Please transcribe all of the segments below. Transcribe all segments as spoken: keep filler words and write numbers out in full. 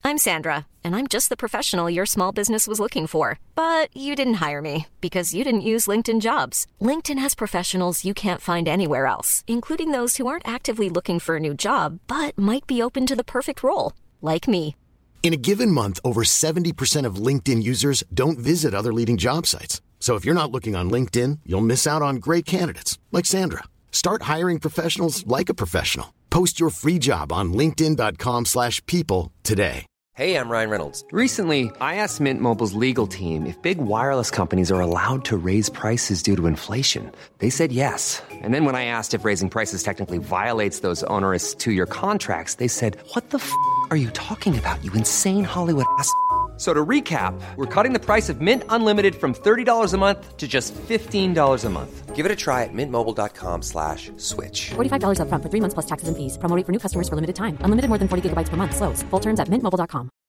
I'm Sandra, and I'm just the professional your small business was looking for. But you didn't hire me because you didn't use LinkedIn Jobs. LinkedIn has professionals you can't find anywhere else, including those who aren't actively looking for a new job, but might be open to the perfect role, like me. In a given month, over seventy percent of LinkedIn users don't visit other leading job sites. So if you're not looking on LinkedIn, you'll miss out on great candidates like Sandra. Start hiring professionals like a professional. Post your free job on linkedin dot com slash people today. Hey, I'm Ryan Reynolds. Recently, I asked Mint Mobile's legal team if big wireless companies are allowed to raise prices due to inflation. They said yes. And then when I asked if raising prices technically violates those onerous two-year contracts, they said, what the f*** are you talking about, you insane Hollywood ass f- So to recap, we're cutting the price of Mint Unlimited from thirty dollars a month to just fifteen dollars a month. Give it a try at mintmobile.com slash switch. forty-five dollars up front for three months plus taxes and fees. Promo rate for new customers for limited time. Unlimited more than forty gigabytes per month. Slows full terms at mint mobile dot com.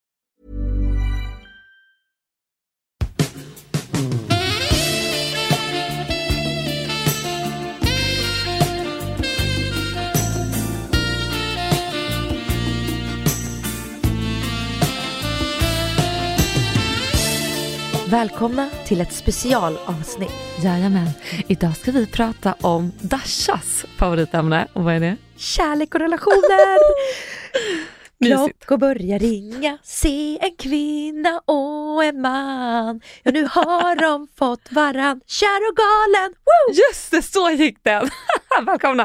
Välkomna till ett specialavsnitt. Jajamän. Idag ska vi prata om Dashas favoritämne. Och vad är det? Kärlek och relationer. Klockor börjar ringa. Se en kvinna och en man. Ja, nu har de fått varann. Kär och galen. Woo! Just det, så gick den. Välkomna.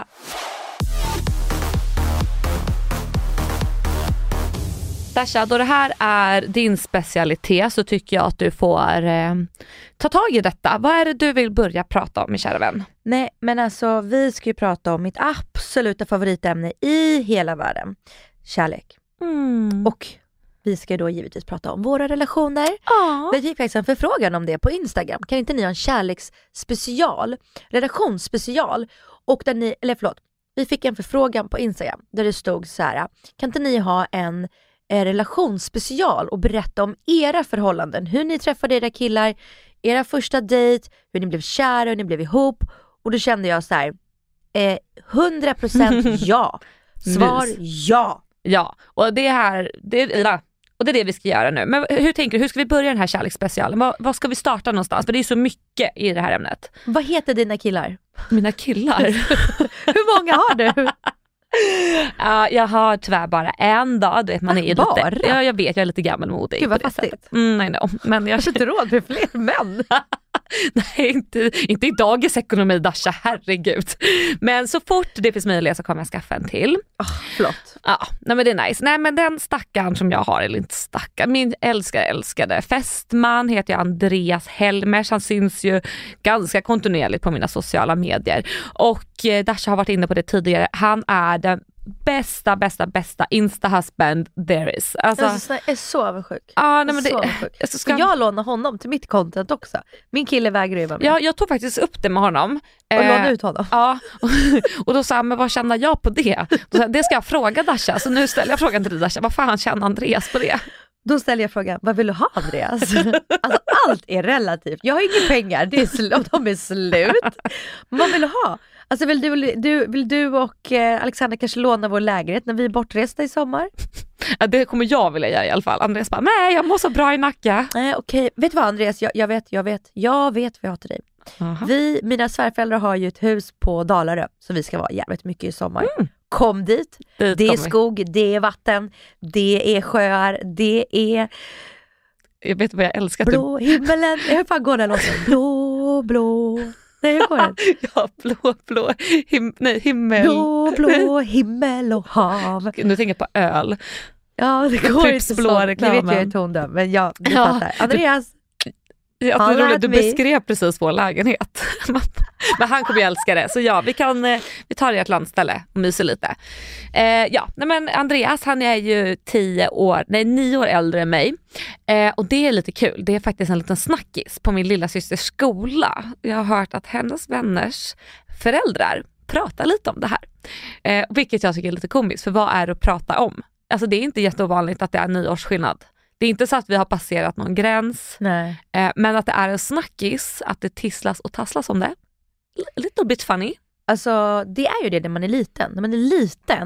Dasha, då det här är din specialitet så tycker jag att du får eh, ta tag i detta. Vad är det du vill börja prata om, min kära vän? Nej, men alltså vi ska ju prata om mitt absoluta favoritämne i hela världen. Kärlek. Mm. Och vi ska då givetvis prata om våra relationer. Ja. Vi fick faktiskt en förfrågan om det på Instagram. Kan inte ni ha en kärleksspecial, relationsspecial? Och där ni, eller förlåt, vi fick en förfrågan på Instagram där det stod så här: kan inte ni ha en relationsspecial och berätta om era förhållanden, hur ni träffade era killar, era första dejt, hur ni blev kära, hur ni blev ihop. Och då kände jag så här, eh, hundra procent ja. Svar ja. Ja, och det här det är, och det är det vi ska göra nu. Men hur tänker du, hur ska vi börja den här kärleksspecialen? Vad, vad ska vi starta någonstans? För det är så mycket i det här ämnet. Vad heter dina killar? Mina killar? Hur många har du? Ja, jag har tyvärr bara en dag. Du vet, man är bara? lite, ja, jag vet, jag är lite gammalmodig. Gud vad fattigt. Mm, I know. Men jag har inte råd med fler män. Nej, inte, inte i dagens ekonomi, Dasha, herregud. Men så fort det finns möjlighet så kommer jag skaffa en till. Oh, flott. Ja, nej, men det är nice. Nej, men den stackaren som jag har, eller inte stackaren, min älskade, älskade fästman heter jag Andreas Helmers. Han syns ju ganska kontinuerligt på mina sociala medier. Och eh, Dasha har varit inne på det tidigare. Han är den bästa, bästa, bästa Insta-husband there is. Alltså, jag är så avundsjuk. Ja, nej, men så det, avundsjuk. Ska, ska jag låna honom till mitt content också? Min kille vägrar ju vara med. Ja, jag tog faktiskt upp det med honom. Och eh, låna ut honom. Ja, och, och då sa han, men vad känner jag på det? Då sa, det ska jag fråga Dasha. Så nu ställer jag frågan till dig, Dasha. Vad fan känner Andreas på det? Då ställer jag frågan, vad vill du ha, Andreas? Alltså allt är relativt. Jag har inga pengar, det är sl- de är slut. Men vad vill du ha? Alltså vill du, du, vill du och eh, Alexander kanske låna vår lägenhet när vi är bortresta i sommar? Ja, det kommer jag vilja göra i alla fall. Andreas bara, nej jag mår så bra i Nacka. Nej, okej. Vet du vad, Andreas? Jag, jag vet, jag vet. Jag vet vad jag har till dig. Aha. Vi, mina svärföräldrar har ju ett hus på Dalarö som vi ska vara jävligt mycket i sommar. Mm. Kom dit. dit det är skog, det är vatten, det är sjöar, det är... Jag vet vad jag älskar. Blå himmelen. Jag fan går den också. Blå, blå... Nej, hur går den? Ja, blå, blå him- nej, himmel. Blå, blå himmel och hav. Nu tänker jag på öl. Ja, det går inte så. Det vet jag är tondöm, men ja, du ja. fattar. Andreas, ja, det är roligt, du beskrev precis vår lägenhet. Men han kommer ju älska det. Så ja, vi kan vi tar det i ett landställe och myser lite. Eh, ja, nej, men Andreas, han är ju tio år, nej nio år äldre än mig. Eh, och det är lite kul. Det är faktiskt en liten snackis på min lilla systers skola. Jag har hört att hennes vänners föräldrar pratar lite om det här. Eh, vilket jag tycker är lite komiskt. För vad är det att prata om? Alltså det är inte jätteovanligt att det är nyårsskillnad. Det är inte så att vi har passerat någon gräns. Nej. Eh, men att det är en snackis, att det tisslas och tasslas om det. L- little bit funny. Alltså det är ju det när man är liten. När man är liten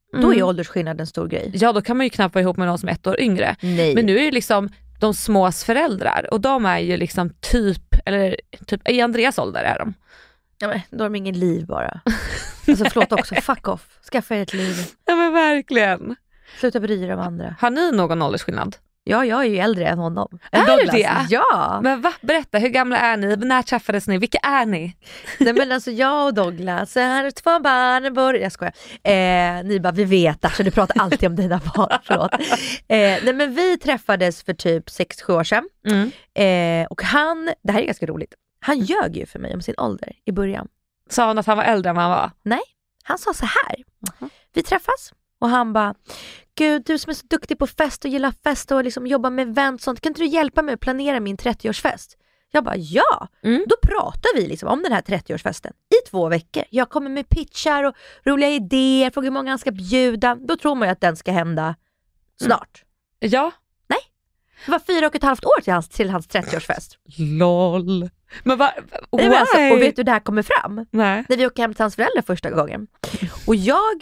mm. då är åldersskillnad en stor grej. Ja, då kan man ju knappt vara ihop med någon som är ett år yngre. Nej. Men nu är det liksom de smås föräldrar och de är ju liksom typ, eller typ i Andreas ålder är de. Ja, men då har de ingen liv bara. Alltså förlåt också, fuck off. Skaffa er ett liv. Ja men verkligen. Sluta bry er om andra. Har ni någon åldersskillnad? Ja, jag är ju äldre än honom. Är du det? Ja. Men va? Berätta, hur gamla är ni? När träffades ni? Vilka är ni? Nej men alltså jag och Douglas är två barn. Bor... Jag skojar. Eh, ni bara, vi vet att du pratar alltid om dina barn. Förlåt. Eh, nej men vi träffades för typ sex sju år sedan. Mm. Eh, och han, det här är ganska roligt. Han ljög ju för mig om sin ålder i början. Sa han att han var äldre än vad han var? Nej, han sa så här. Mm. Vi träffas och han bara, gud du som är så duktig på fest och gillar fest och liksom jobbar med event och sånt, kan inte du hjälpa mig att planera min trettioårsfest? Jag bara, ja. Mm. Då pratar vi liksom om den här trettioårsfesten i två veckor. Jag kommer med pitchar och roliga idéer, frågar hur många han ska bjuda. Då tror man ju att den ska hända snart. Mm. Ja. Nej. Det var fyra och ett halvt år till hans, till hans trettioårsfest. Lol. Men va, why? Alltså, och vet du det här kommer fram? Nej. När vi åker hem till hans föräldrar första gången. Och jag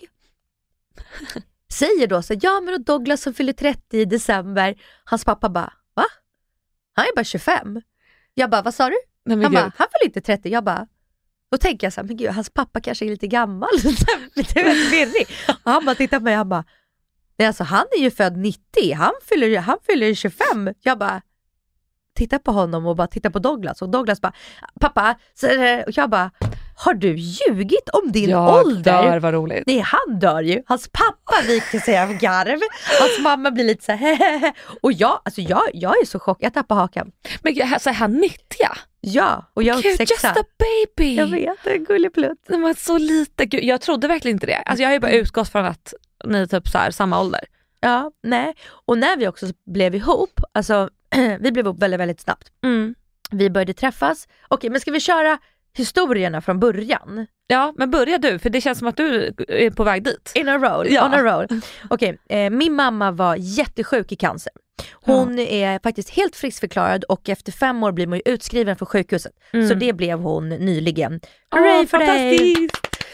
säger då så, ja men och Douglas som fyller trettio i december. Hans pappa bara, va? Han är bara tjugofem. Jag bara, vad sa du? Nej, han bara, han fyller inte trettio. Jag bara, då tänker jag så här, men gud, hans pappa kanske är lite gammal. Lite virrig. Och han bara tittar på mig, han bara, nej alltså han är ju född nittio. Han fyller, han fyller tjugofem. Jag bara, titta på honom och bara titta på Douglas. Och Douglas bara, pappa, så, och jag bara, har du ljugit om din jag ålder? Dör, vad roligt. Nej, han dör ju. Hans pappa viker sig av garv. Hans mamma blir lite så här. Och jag, alltså jag, jag är så chockad. Jag tappar hakan. Men alltså, är han nittio? Ja, och jag är sexa. Just a baby. Jag vet, det är en gullig plutt. Det var så lite. Gud, jag trodde verkligen inte det. Alltså jag har ju bara utgått från att ni är typ så här, samma ålder. Ja, nej. Och när vi också blev ihop, alltså vi blev ihop väldigt, väldigt snabbt. Mm. Vi började träffas. Okej, men ska vi köra historierna från början? Ja, men börja du, för det känns som att du är på väg dit. In a roll, ja. on a roll. Okej, eh, min mamma var jättesjuk i cancer. Hon ja. är faktiskt helt friskförklarad och efter fem år blir man ju utskriven från sjukhuset. Mm. Så det blev hon nyligen. Hurray oh, för dig!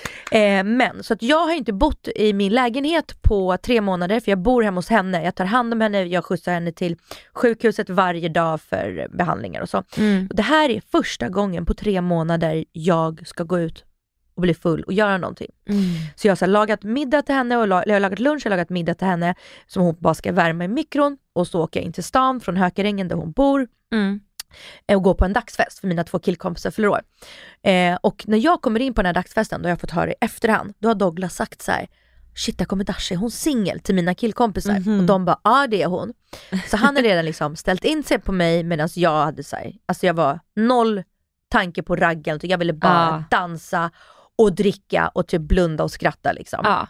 Eh, men så att jag har inte bott i min lägenhet på tre månader för jag bor hemma hos henne. Jag tar hand om henne, jag skjutsar henne till sjukhuset varje dag för behandlingar och så. Mm. Och det här är första gången på tre månader jag ska gå ut och bli full och göra någonting. Mm. Så jag har så här, lagat middag till henne och lag, jag har lagat lunch och lagat middag till henne som hon bara ska värma i mikron och så åker jag in till stan från Hökarängen där hon bor. Mm. Och gå på en dagsfest för mina två killkompisar fyller år. Eh, och när jag kommer in på den här dagsfesten, då har jag fått höra i efterhand, då har Douglas sagt så här: shit, jag kommer Dasha, är hon singel? Till mina killkompisar. Mm-hmm. Och de bara, ja det är hon. Så han har redan liksom ställt in sig på mig medan jag hade så här, alltså jag var noll tanke på raggen och jag ville bara ah. dansa och dricka och typ blunda och skratta liksom. Ah.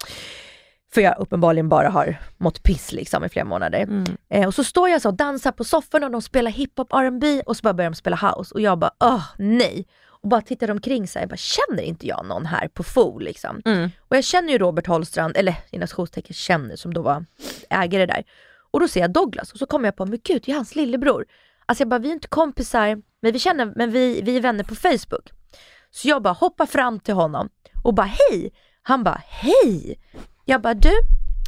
För jag uppenbarligen bara har mått piss liksom i flera månader. Mm. Eh, och så står jag så och dansar på soffan och de spelar hiphop, R and B och så bara börjar de spela house. Och jag bara, åh nej. Och bara tittar omkring sig. Jag bara, känner inte jag någon här på F O liksom? Mm. Och jag känner ju Robert Holstrand, eller i nationstecken känner, som då var ägare där. Och då ser jag Douglas och så kommer jag på, men gud, det är hans lillebror. Alltså jag bara, vi är inte kompisar, men vi känner, men vi, vi är vänner på Facebook. Så jag bara hoppar fram till honom och bara, hej. Han bara, hej. Jag bara, du,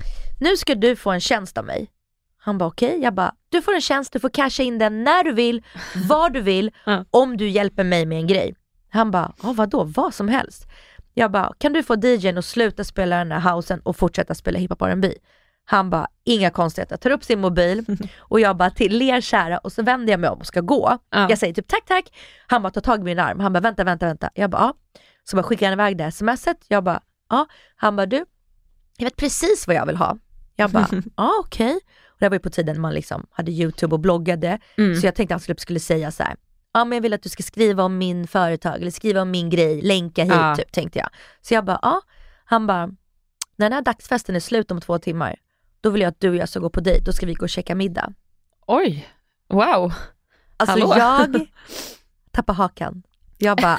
nu ska du få en tjänst av mig. Han bara, okej. Okay. Jag bara, du får en tjänst, du får casha in den när du vill, var du vill, mm. om du hjälper mig med en grej. Han bara, ja vadå, vad som helst. Jag bara, kan du få D J:n att sluta spela den här housen och fortsätta spela hiphop R and B? Han bara, inga konstigheter. Tar upp sin mobil och jag bara till ler kära och så vänder jag mig om och ska gå. Mm. Jag säger typ tack tack. Han bara tar tag i min arm. Han bara, vänta, vänta, vänta. Jag bara, ja. Så bara skickar han iväg det smset. Jag bara, ja. Han bara, du, jag vet precis vad jag vill ha. Jag bara, ja okej. Okay. Och det var ju på tiden man liksom hade YouTube och bloggade. Mm. Så jag tänkte att han skulle säga så här: ja men jag vill att du ska skriva om min företag eller skriva om min grej, länka hit ja. typ, tänkte jag. Så jag bara, ja. Han bara, när den här dagsfesten är slut om två timmar, då vill jag att du och jag ska gå på dejt. Då ska vi gå och käka middag. Oj, wow. Alltså Hallå. jag tappar hakan. Jag bara,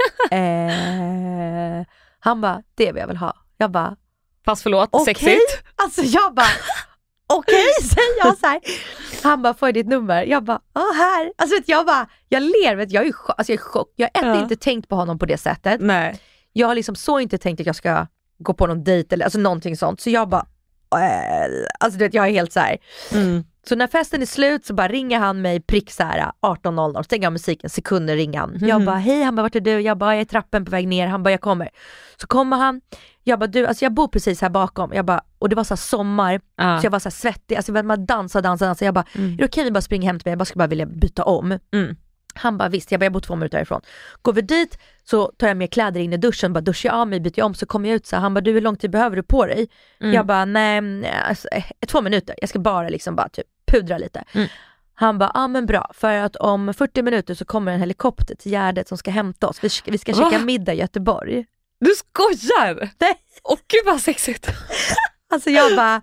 eh... han bara, det är vad jag vill ha. Jag bara, fast förlåt, okay. sexigt. Alltså jag bara, okej, okay, säger jag så här. Han bara, får jag ditt nummer? Jag bara, ja här. Alltså vet jag bara, jag ler, vet jag är chock. Alltså jag är chock. Jag har ja. inte tänkt på honom på det sättet. Nej. Jag har liksom så inte tänkt att jag ska gå på någon dejt eller alltså någonting sånt. Så jag bara, äh, alltså du vet, jag är helt så här. Mm. Så när festen är slut så bara ringer han mig prick så här arton noll noll, stänger av musiken, sekunder ringer han. Mm. Jag bara, hej, han bara, vart är du? Jag bara, jag är i trappen på väg ner. Han bara, jag kommer. Så kommer han, jag bara, du, alltså jag bor precis här bakom. Jag bara, och det var så här sommar, uh. så jag var så här svettig, alltså jag bara dansa, dansa, dansa. Jag bara, mm. är det okej vi bara springer hem till mig? Jag bara skulle bara vilja byta om. Mm. Han bara, visst, jag bara, jag bor två minuter därifrån. Går vi dit så tar jag med kläder in i duschen, bara duschar jag av mig, byter jag om, så kommer jag ut så här. Han bara, du, hur lång tid behöver du på dig? Mm. Jag bara, nej, alltså, två minuter. Jag ska bara liksom bara typ pudra lite. Mm. Han bara, ja ah, men bra, för att om fyrtio minuter så kommer en helikopter till Gärdet som ska hämta oss. Vi ska, vi ska käka middag i Göteborg. Du skojar? Nej. Åh gud vad sexigt. Alltså jag bara,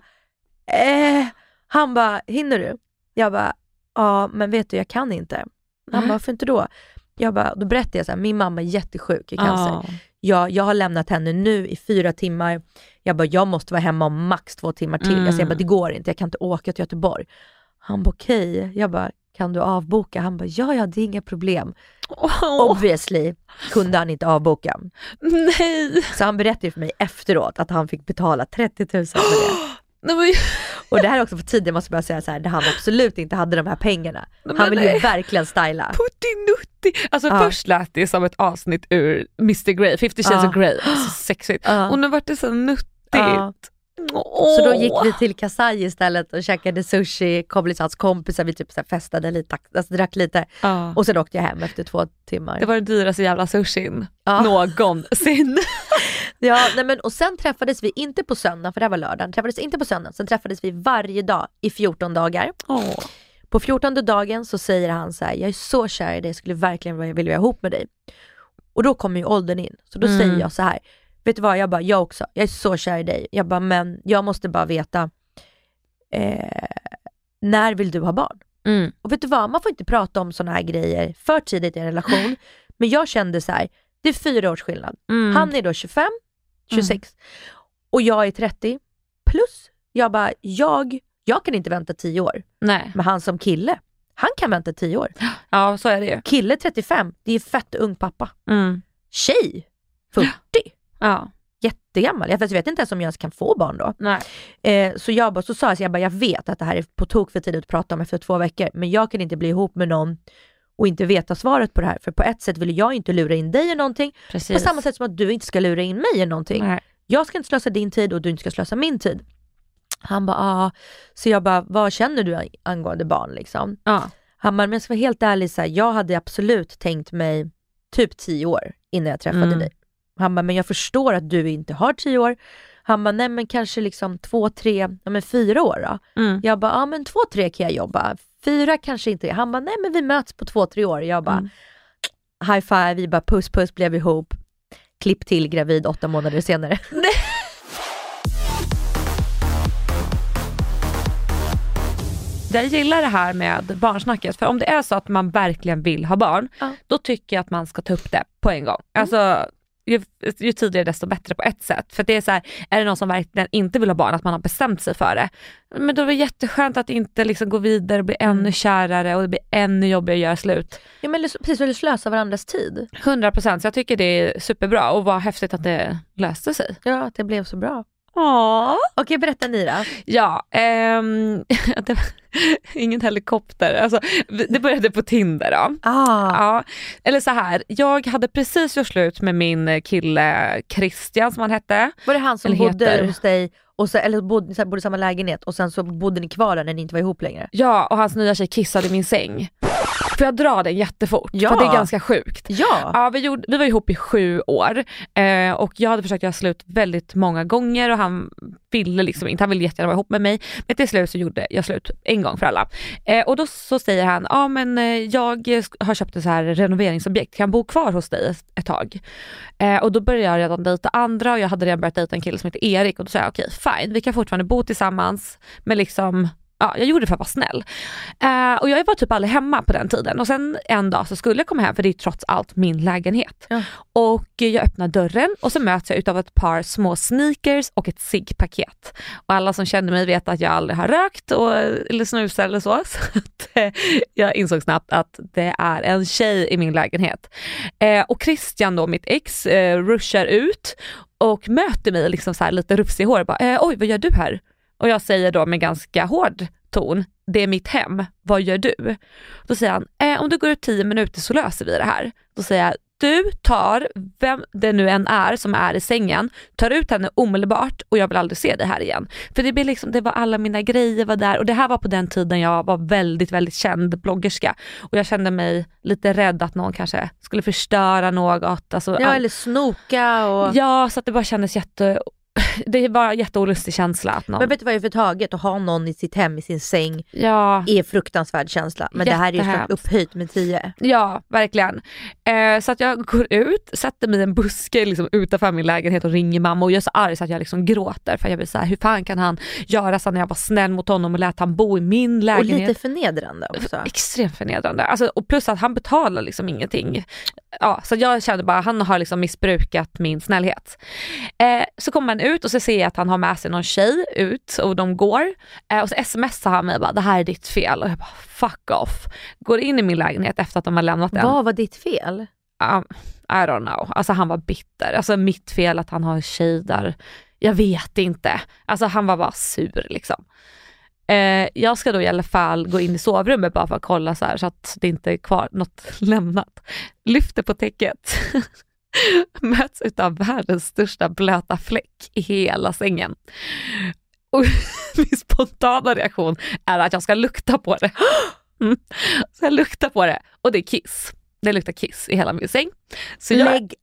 eh. han bara, hinner du? Jag bara, ja men vet du, jag kan inte. Han mm. bara, varför inte då? Jag bara, då berättade jag så här, min mamma är jättesjuk i cancer. Oh. Jag, jag har lämnat henne nu i fyra timmar. Jag bara, jag måste vara hemma om max två timmar till. Mm. Jag säger bara, det går inte, jag kan inte åka till Göteborg. Han bara, okej. Okay. Jag bara, kan du avboka? Han bara, ja, ja, det är inga problem. Oh. Obviously kunde han inte avboka. Nej. Så han berättade för mig efteråt att han fick betala trettio tusen för det. Nej, men... Och det här är också för tidigt, måste jag säga så här, där han absolut inte hade de här pengarna. Nej, han ville ju verkligen styla. Puttinutti. Alltså uh. först lät det som ett avsnitt ur mister Grey, fifty Shades uh. of Grey. Alltså sexigt. Uh. Och nu var det så nuttigt. Uh. Oh. Så då gick vi till Kasai istället och käkade sushi, kom liksom hans kompisar, vi typ så här festade lite, alltså drack lite. Uh. Och sen åkte jag hem efter två timmar. Det var den dyraste jävla sushin uh. någonsin. Ja, nej men, och sen träffades vi inte på söndag, för det här var lördagen. Träffades inte på söndag, sen träffades vi varje dag i fjorton dagar. Oh. På fjortonde dagen så säger han så här, jag är så kär i dig, jag skulle verkligen vilja vara ihop med dig. Och då kommer ju åldern in. Så då mm. säger jag så här, vet du vad, jag bara, jag också, jag är så kär i dig. Jag bara, men jag måste bara veta, eh, när vill du ha barn? Mm. Och vet du vad, man får inte prata om såna här grejer för tidigt i en relation. Men jag kände så här, det är fyra års skillnad. Mm. Han är då tjugofem, tjugosex mm. och jag är trettio plus. Jag bara, jag, jag kan inte vänta tio år. Nej. Men han som kille, han kan vänta tio år. Ja, så är det ju. Kille trettiofem, det är fett ung pappa. Mm. Tjej, fyrtio. Ja. Jättegammal. Jag vet inte ens om jag kan få barn då. Nej. Eh, så jag bara, så sa jag, så jag bara, jag vet att det här är på tok för tidigt att prata om efter två veckor. Men jag kan inte bli ihop med någon och inte veta svaret på det här. För på ett sätt vill jag inte lura in dig i någonting. Precis. På samma sätt som att du inte ska lura in mig i någonting. Nej. Jag ska inte slösa din tid och du inte ska slösa min tid. Han bara, ah. Så jag bara, vad känner du angående barn liksom? Ah. Han bara, men jag ska vara helt ärlig så här, jag hade absolut tänkt mig typ tio år innan jag träffade mm. dig. Han bara, men jag förstår att du inte har tio år. Han bara, nej men kanske liksom två, tre, ja men fyra år då. Mm. Jag bara, ja men två, tre kan jag jobba. Fyra kanske inte. Han bara, nej men vi möts på två, tre år. Jag bara, mm. high five, vi bara puss, puss, blev ihop. Klipp till gravid åtta månader senare. Nej. Jag gillar det här med barnsnacket. För om det är så att man verkligen vill ha barn, ja. Då tycker jag att man ska ta upp det på en gång. Mm. Alltså, ju, ju tidigare desto bättre på ett sätt. För det är så här, är det någon som verkligen inte vill ha barn, att man har bestämt sig för det. Men då är det jätteskönt att inte liksom gå vidare och bli ännu mm. kärare och det blir ännu jobbigare att göra slut. Ja, men precis, vill slösa varandras tid. hundra procent, så jag tycker det är superbra och vad häftigt att det löste sig. Ja, att det blev så bra. Åh. Okej, berätta ni då. Ja, ehm, det var ingen helikopter. Alltså, det började på Tinder då. Ah. Ja, eller så här, jag hade precis gjort slut med min kille Christian som han hette. Var det han som bodde heter. hos dig och så, eller bodde, så här, bodde i samma lägenhet och sen så bodde ni kvar där när ni inte var ihop längre? Ja, och hans nya tjej kissade i min säng. För jag drar den jättefort, ja. För det är ganska sjukt. Ja. Ja, vi, gjorde, vi var ihop i sju år eh, och jag hade försökt göra slut väldigt många gånger och han ville liksom inte, han ville jättegärna vara ihop med mig. Men till slut så gjorde jag slut en gång för alla. Eh, och då så säger han, ja men eh, jag har köpt ett så här renoveringsobjekt, kan bo kvar hos dig ett, ett tag. Eh, och då började jag redan dejta andra och jag hade redan börjat dejta en kille som heter Erik och då sa jag, okej, okay, fine, vi kan fortfarande bo tillsammans, men liksom... Ja, jag gjorde det för att vara snäll. Uh, och jag var typ aldrig hemma på den tiden. Och sen en dag så skulle jag komma hem, för det är trots allt min lägenhet. Ja. Och jag öppnar dörren och så möts jag utav ett par små sneakers och ett ciggpaket. Och alla som känner mig vet att jag aldrig har rökt och, eller snusar eller så. Så att, jag insåg snabbt att det är en tjej i min lägenhet. Uh, och Christian då, mitt ex, uh, rushar ut och möter mig liksom så här lite rufsig i hår. Bara, uh, oj, vad gör du här? Och jag säger då med ganska hård ton, det är mitt hem, vad gör du? Då säger han, eh, om du går ut tio minuter så löser vi det här. Då säger jag, du tar, vem det nu än är som är i sängen, tar ut henne omedelbart och jag vill aldrig se det här igen. För det blir liksom, det var alla mina grejer var där och det här var på den tiden jag var väldigt, väldigt känd bloggerska. Och jag kände mig lite rädd att någon kanske skulle förstöra något. Alltså, ja, eller snoka och... Ja, så att det bara kändes jätte... Det var en jätteolustig känsla att någon... Men vet du vad det är för taget att ha någon i sitt hem i sin säng ja. är fruktansvärd känsla. Men det här är ju så upphöjt med tio. Ja, verkligen. Eh, så att jag går ut, sätter mig i en buske liksom, utanför min lägenhet och ringer mamma och jag är så arg så att jag liksom gråter. För jag vill säga, hur fan kan han göra så när jag var snäll mot honom och lät han bo i min lägenhet. Och lite förnedrande också. Extremt förnedrande. Alltså, och plus att han betalar liksom ingenting. Ja, så jag kände bara, han har liksom missbrukat min snällhet. Eh, så kommer man ut och så ser jag att han har med sig någon tjej ut och de går. Eh, och så smsar han mig bara, det här är ditt fel. Och jag bara, fuck off. Går in i min lägenhet efter att de har lämnat den. Vad var ditt fel? Um, I don't know. Alltså han var bitter. Alltså mitt fel att han har en tjej där. Jag vet inte. Alltså han var bara sur liksom. Eh, jag ska då i alla fall gå in i sovrummet bara för att kolla så här så att det inte är kvar något lämnat. Lyfter på täcket. Möts utav världens största blöta fläck i hela sängen. Och min spontana reaktion är att jag ska lukta på det. Mm. Så jag luktar på det och det är kiss. Det luktar kiss i hela min säng. Så jag... Lägg...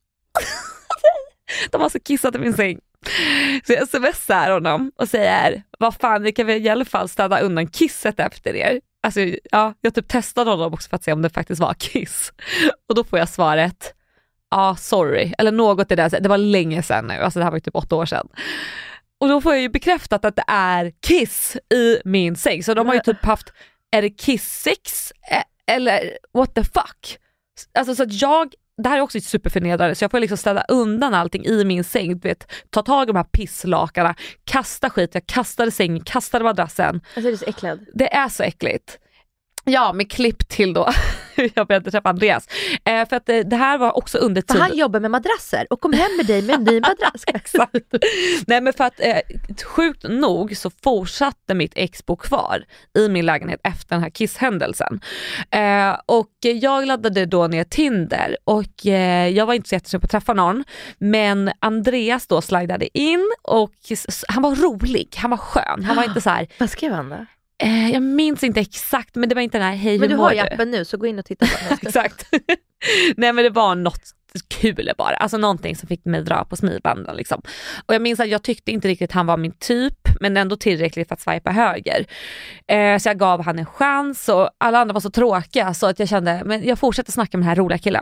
De har så kissat i min säng. Så jag smsar honom och säger, vad fan, vi kan väl i alla fall städa undan kisset efter er. Alltså, ja, jag typ testade honom också för att se om det faktiskt var kiss. Och då får jag svaret, ja, ah, sorry. Eller något i det, det var länge sedan nu. Alltså det här var ju typ åtta år sedan. Och då får jag ju bekräftat att det är kiss i min säng. Så de har ju typ haft, är det kiss-sex? Eller what the fuck? Alltså så att jag, det här är också superförnedrande så jag får liksom ställa undan allting i min säng, du vet, ta tag i de här pisslakarna, kasta skit, jag kastade sängen, kastade madrassen. Alltså det är så äckligt. Det är så äckligt. Ja, med klipp till då. Jag började träffa Andreas. Eh, för att det, det här var också under tid. För han jobbar med madrasser och kom hem med dig med en ny madrass. Exakt. Nej men för att eh, sjukt nog så fortsatte mitt ex bo kvar i min lägenhet efter den här kisshändelsen. Eh, och jag laddade då ner Tinder och eh, jag var inte så jättesugen på att träffa någon. Men Andreas då slidade in och han var rolig, han var skön. Han var inte så här. Vad skrev han då? Eh, jag minns inte exakt, men det var inte den här hej. Men du har ju appen nu så gå in och titta på den. Exakt. Nej men det var något kul bara. Alltså någonting som fick mig dra på smilbanden liksom. Och jag minns att jag tyckte inte riktigt han var min typ, men ändå tillräckligt att swipa höger. Eh, så jag gav han en chans och alla andra var så tråkiga så att jag kände, men jag fortsätter snacka med den här roliga killen.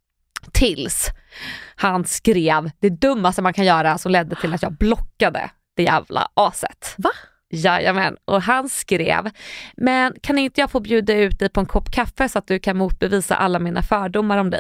Tills han skrev det dummaste man kan göra som ledde till att jag blockade det jävla aset. Va? Jajamän, och han skrev, men kan inte jag få bjuda ut dig på en kopp kaffe så att du kan motbevisa alla mina fördomar om dig?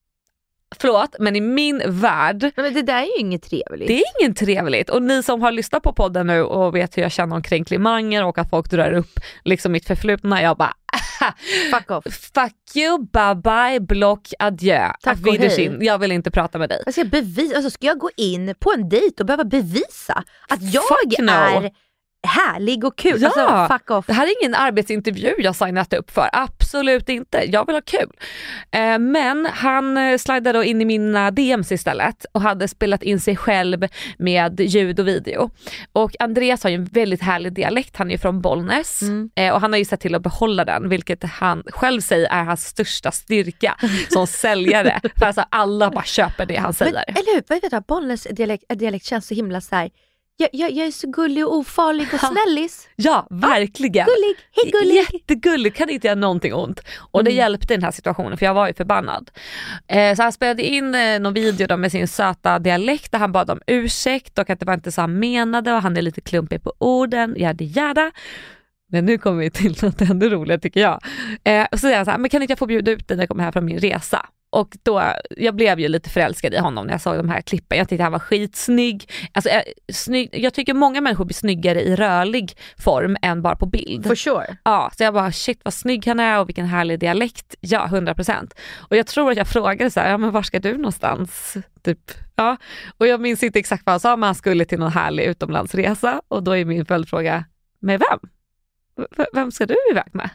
Förlåt, men i min värld... Men det där är ju inget trevligt. Det är inget trevligt. Och ni som har lyssnat på podden nu och vet hur jag känner om kränklimanger och att folk drar upp liksom mitt förflutna, jag bara... Fuck off. Fuck you, bye bye, block, adjö. Tack och hej. Jag vill inte prata med dig. Jag ska, bevisa, alltså ska jag gå in på en dejt och behöva bevisa att jag Fuck no. är... härlig och kul. Ja, alltså, fuck off. Det här är ingen arbetsintervju jag signat upp för. Absolut inte. Jag vill ha kul. Eh, men han slidade då in i mina D Ms istället och hade spelat in sig själv med ljud och video. Och Andreas har ju en väldigt härlig dialekt. Han är ju från Bollnäs mm. eh, och han har ju sett till att behålla den, vilket han själv säger är hans största styrka som säljare. För alltså alla bara köper det han säger. Men, eller hur? Vad vet du, Bollnäs dialekt, dialekt känns så himla så här. Jag, jag, jag är så gullig och ofarlig och snällis. Ja, verkligen. Ah, gullig, hej gullig. Jättegullig, kan inte göra någonting ont. Och det mm. hjälpte i den här situationen för jag var ju förbannad. Eh, så han spelade in eh, någon video då med sin söta dialekt där han bad om ursäkt och att det var inte så han menade och han är lite klumpig på orden, jada jada. Men nu kommer vi till något ännu roligt tycker jag. Eh, och så säger han så här, men kan inte jag få bjuda ut dig när jag kommer här från min resa? Och då, jag blev ju lite förälskad i honom när jag såg de här klippen. Jag tyckte han var skitsnygg. Alltså, jag, snygg, jag tycker många människor blir snyggare i rörlig form än bara på bild. For sure. Ja, så jag bara, shit vad snygg han är och vilken härlig dialekt. Ja, hundra procent. Och jag tror att jag frågade så här, ja men var ska du någonstans? Typ, ja. Och jag minns inte exakt vad han sa, men han skulle till någon härlig utomlandsresa. Och då är min följdfråga, med vem? V- vem ska du iväg med?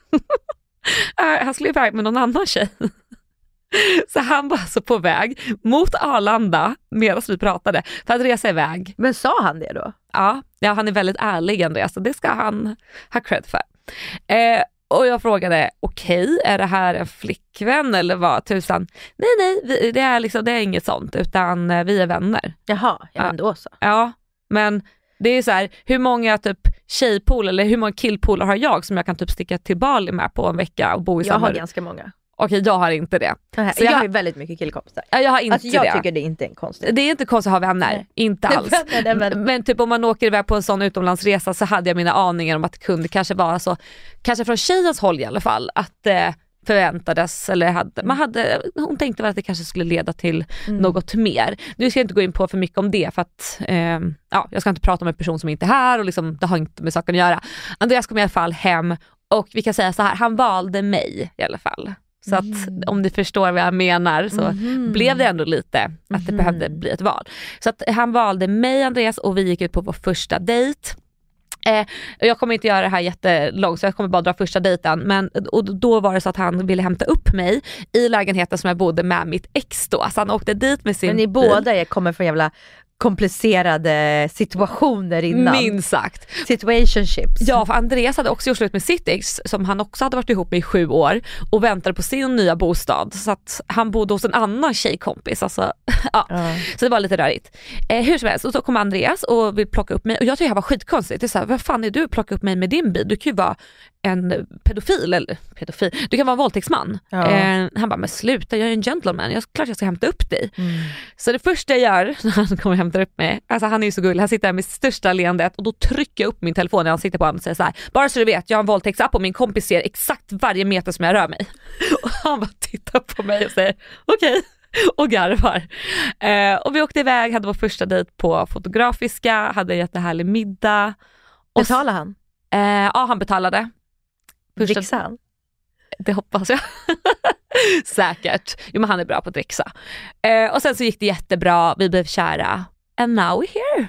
Han skulle iväg med någon annan tjej. Så han var alltså på väg mot Arlanda medan vi pratade för att resa iväg. Men sa han det då? Ja, ja han är väldigt ärlig Andreas, så det ska han ha cred för. Eh, och jag frågade, okej, okay, är det här en flickvän eller vad tusan? Nej, nej, vi, det, är liksom, det är inget sånt, utan eh, vi är vänner. Jaha, ja, ja. Men då så. Ja, men det är så här, hur många typ tjejpool eller hur många killpooler har jag som jag kan typ sticka till Bali med på en vecka och bo i jag samma... har ganska många. Okej, jag har inte det. Okay, så jag, jag har ju väldigt mycket killkompisar. Ja, jag har inte alltså, jag det. Jag tycker det är inte en konstigt. Det är inte konstigt att ha vänner, nej. Inte alls. nej, nej, men... men typ om man åker iväg på en sån utomlandsresa så hade jag mina aningar om att det kunde kanske vara så, kanske från tjejens håll i alla fall, att eh, förväntades eller hade, man hade, hon tänkte väl att det kanske skulle leda till mm. något mer. Nu ska jag inte gå in på för mycket om det för att eh, ja, jag ska inte prata om en person som inte är här och liksom, det har inte med saken att göra. Andreas kom i alla fall hem och vi kan säga så här, han valde mig i alla fall. Så att mm. om ni förstår vad jag menar så mm. blev det ändå lite att det mm. behövde bli ett val. Så att han valde mig, Andreas, och vi gick ut på vår första dejt. Eh, jag kommer inte göra det här jättelångt så jag kommer bara dra första dejten. Men, och då var det så att han ville hämta upp mig i lägenheten som jag bodde med mitt ex då. Så han åkte dit med sin Men ni bil. Båda är, kommer från jävla komplicerade situationer innan. Minst sagt. Situationships. Ja, för Andreas hade också gjort slut med sitt ex som han också hade varit ihop med i sju år och väntade på sin nya bostad. Så att han bodde hos en annan tjejkompis. Alltså, ja. Mm. Så det var lite rörigt. Eh, hur som helst, och så kom Andreas och vill plocka upp mig. Och jag tycker det här var skitkonstigt. Det är så här, vad fan är du att plocka upp mig med din bil? Du kan ju vara en pedofil, eller pedofil, du kan vara en våldtäktsman. Ja. Eh, han bara, men sluta, jag är en gentleman. Jag, klart jag ska hämta upp dig. Mm. Så det första jag gör när han kommer hämta upp mig, alltså han är ju så gullig, han sitter där med största leendet och då trycker jag upp min telefon när han sitter på honom och säger så här, bara så du vet, jag har en våldtäktsapp och min kompis ser exakt varje meter som jag rör mig. Och han bara tittar på mig och säger, okej. Okay. Och garvar. Eh, och vi åkte iväg, hade vår första dejt på Fotografiska, hade en jättehärlig middag. Betalade han? Eh, ja, han betalade. Första... Dricksade han? Det hoppas jag. Säkert. Jo, men han är bra på att dricksa. Eh, och sen så gick det jättebra. Vi blev kära. And now we're here.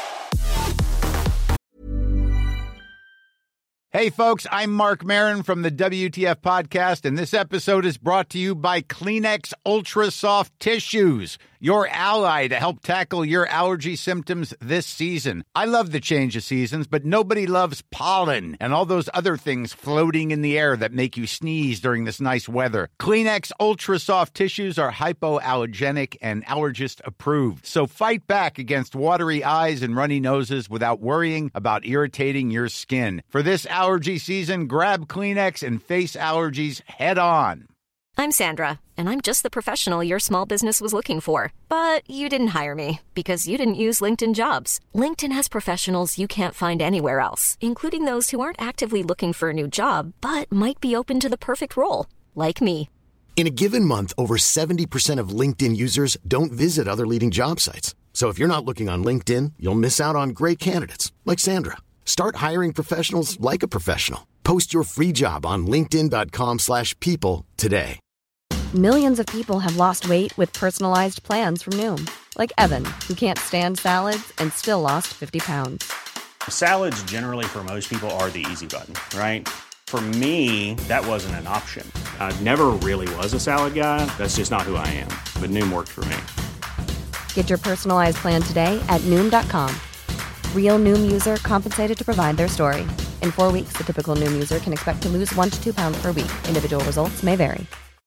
Hey, folks, I'm Mark Maron from the W T F podcast, and this episode is brought to you by Kleenex Ultra Soft Tissues, your ally to help tackle your allergy symptoms this season. I love the change of seasons, but nobody loves pollen and all those other things floating in the air that make you sneeze during this nice weather. Kleenex Ultra Soft Tissues are hypoallergenic and allergist approved, so fight back against watery eyes and runny noses without worrying about irritating your skin. For this allergy season, grab Kleenex and face allergies head on. I'm Sandra, and I'm just the professional your small business was looking for. But you didn't hire me because you didn't use LinkedIn Jobs. LinkedIn has professionals you can't find anywhere else, including those who aren't actively looking for a new job, but might be open to the perfect role, like me. In a given month, over seventy percent of LinkedIn users don't visit other leading job sites. So if you're not looking on LinkedIn, you'll miss out on great candidates, like Sandra. Start hiring professionals like a professional. Post your free job on linkedin dot com slash people today. Millions of people have lost weight with personalized plans from Noom. Like Evan, who can't stand salads and still lost fifty pounds. Salads generally for most people are the easy button, right? For me, that wasn't an option. I never really was a salad guy. That's just not who I am. But Noom worked for me. Get your personalized plan today at noom dot com. Real Noom user compensated to provide their story. In four weeks, the typical Noom user can expect to lose one to two pounds per week. Individual results may vary.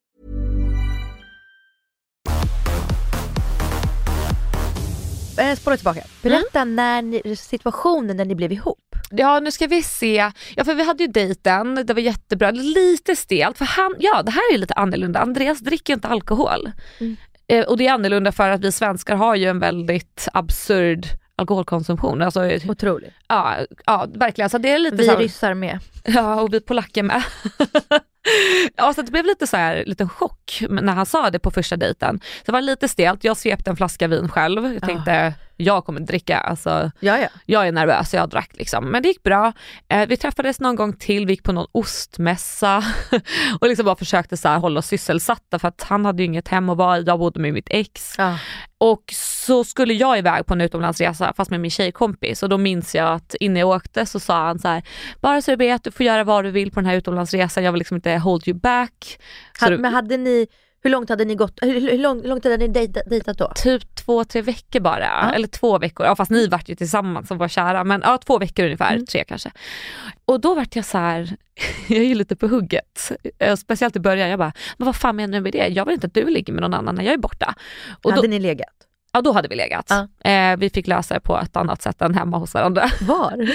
Spåra tillbaka. Berätta mm. när ni, situationen när ni blev ihop. Ja, nu ska vi se. Ja, för vi hade ju dejten. Det var jättebra. Lite stelt. För han, ja, det här är lite annorlunda. Andreas dricker inte alkohol. Mm. Eh, och det är annorlunda för att vi svenskar har ju en väldigt absurd alkoholkonsumtion. Alltså, otroligt. Ja, ja, verkligen. Så det är lite vi så, ryssar med. Ja, och vi polacker med. Ja, så det blev lite så här liten chock när han sa det på första dejten. Så det var lite stelt. Jag svepte en flaska vin själv. Jag tänkte, oh. jag kommer dricka. Alltså, ja, ja. Jag är nervös, jag drack liksom. Men det gick bra. Eh, vi träffades någon gång till. Vi gick på någon ostmässa. och liksom bara försökte så här hålla oss sysselsatta. För att han hade ju inget hem att vara i. Jag bodde med mitt ex. Oh. Och så skulle jag iväg på en utomlandsresa fast med min tjejkompis. Och då minns jag att innan jag åkte så sa han så här: bara så du vet, du får göra vad du vill på den här utomlandsresan. Jag vill liksom inte hold you back. Had, du... Men hade ni, hur långt hade ni gått? Hur, hur, lång, hur långt hade ni dejtat, dejtat då? Typ två, tre veckor bara. Ja. Eller två veckor. Ja, fast ni vart ju tillsammans som var kära. Men ja, två veckor ungefär. Mm. Tre kanske. Och då vart jag så här, jag är ju lite på hugget. Speciellt i början. Jag bara, men vad fan menar du med det? Jag vill inte att du ligger med någon annan när jag är borta. Och hade då... ni legat? Ja, då hade vi legat. Ja. Eh, vi fick lösa det på ett annat sätt än hemma hos varandra. Var?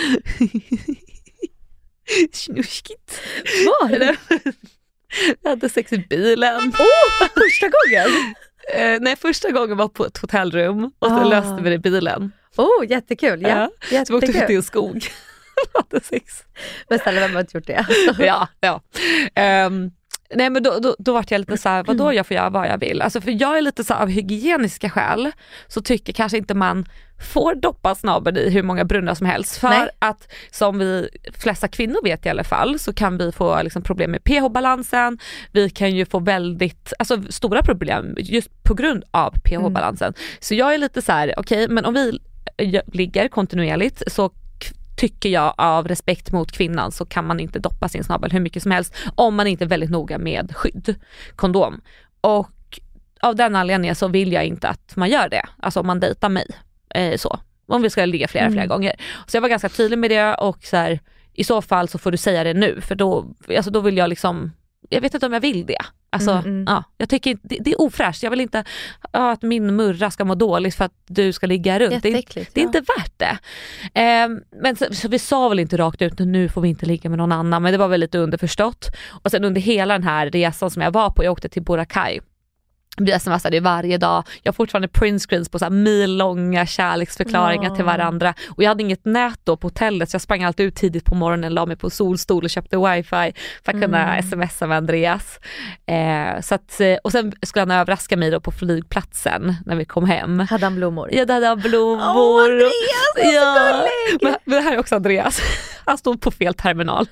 Snuskigt. Var? Vi hade sex i bilen. Oh, första gången? eh, nej, första gången var på ett hotellrum. Och så ah. löste vi det i bilen. Oh, jättekul. Ja, ja. jättekul. Så vi åkte till en skog. hade sex. Men ställa, vem har inte gjort det? ja, ja. Um, Nej, men då, då, då var jag lite så här, vadå jag får göra vad jag vill. Alltså för jag är lite så här, av hygieniska skäl så tycker kanske inte man får doppa snabben i hur många brunnar som helst. För Nej. Att som vi flesta kvinnor vet i alla fall så kan vi få liksom problem med pH-balansen. Vi kan ju få väldigt, alltså stora problem just på grund av pH-balansen. Mm. Så jag är lite så här, okej, okay, men om vi ligger kontinuerligt så tycker jag av respekt mot kvinnan så kan man inte doppa sin snabel hur mycket som helst om man inte är väldigt noga med skydd, kondom. Och av den anledningen så vill jag inte att man gör det. Alltså om man dejtar mig eh, så. Om vi ska ligga flera, mm. flera gånger. Så jag var ganska tydlig med det och så här, i så fall så får du säga det nu för då, alltså då vill jag liksom, jag vet inte om jag vill det. Alltså, mm, mm. ja, jag tycker det, det är ofräscht. Jag vill inte ja, att min murra ska må dåligt för att du ska ligga runt. Det är, det är ja. inte värt det. Eh, men så, så vi sa väl inte rakt ut, nu får vi inte ligga med någon annan. Men det var väl lite underförstått. Och sen under hela den här resan som jag var på, jag åkte till Boracay. Vi smsade varje dag. Jag har fortfarande printscreens på så här mil-långa kärleksförklaringar ja. till varandra. Och jag hade inget nät då på hotellet så jag sprang alltid ut tidigt på morgonen, la mig på solstol och köpte wifi för att kunna mm. smsa med Andreas. Eh, så att, och sen skulle han överraska mig då på flygplatsen när vi kom hem. Hade han blommor? Ja, det hade han blommor. Åh, Andreas, det är ja. så gullig! Men, men det här är också Andreas. Han stod på fel terminal.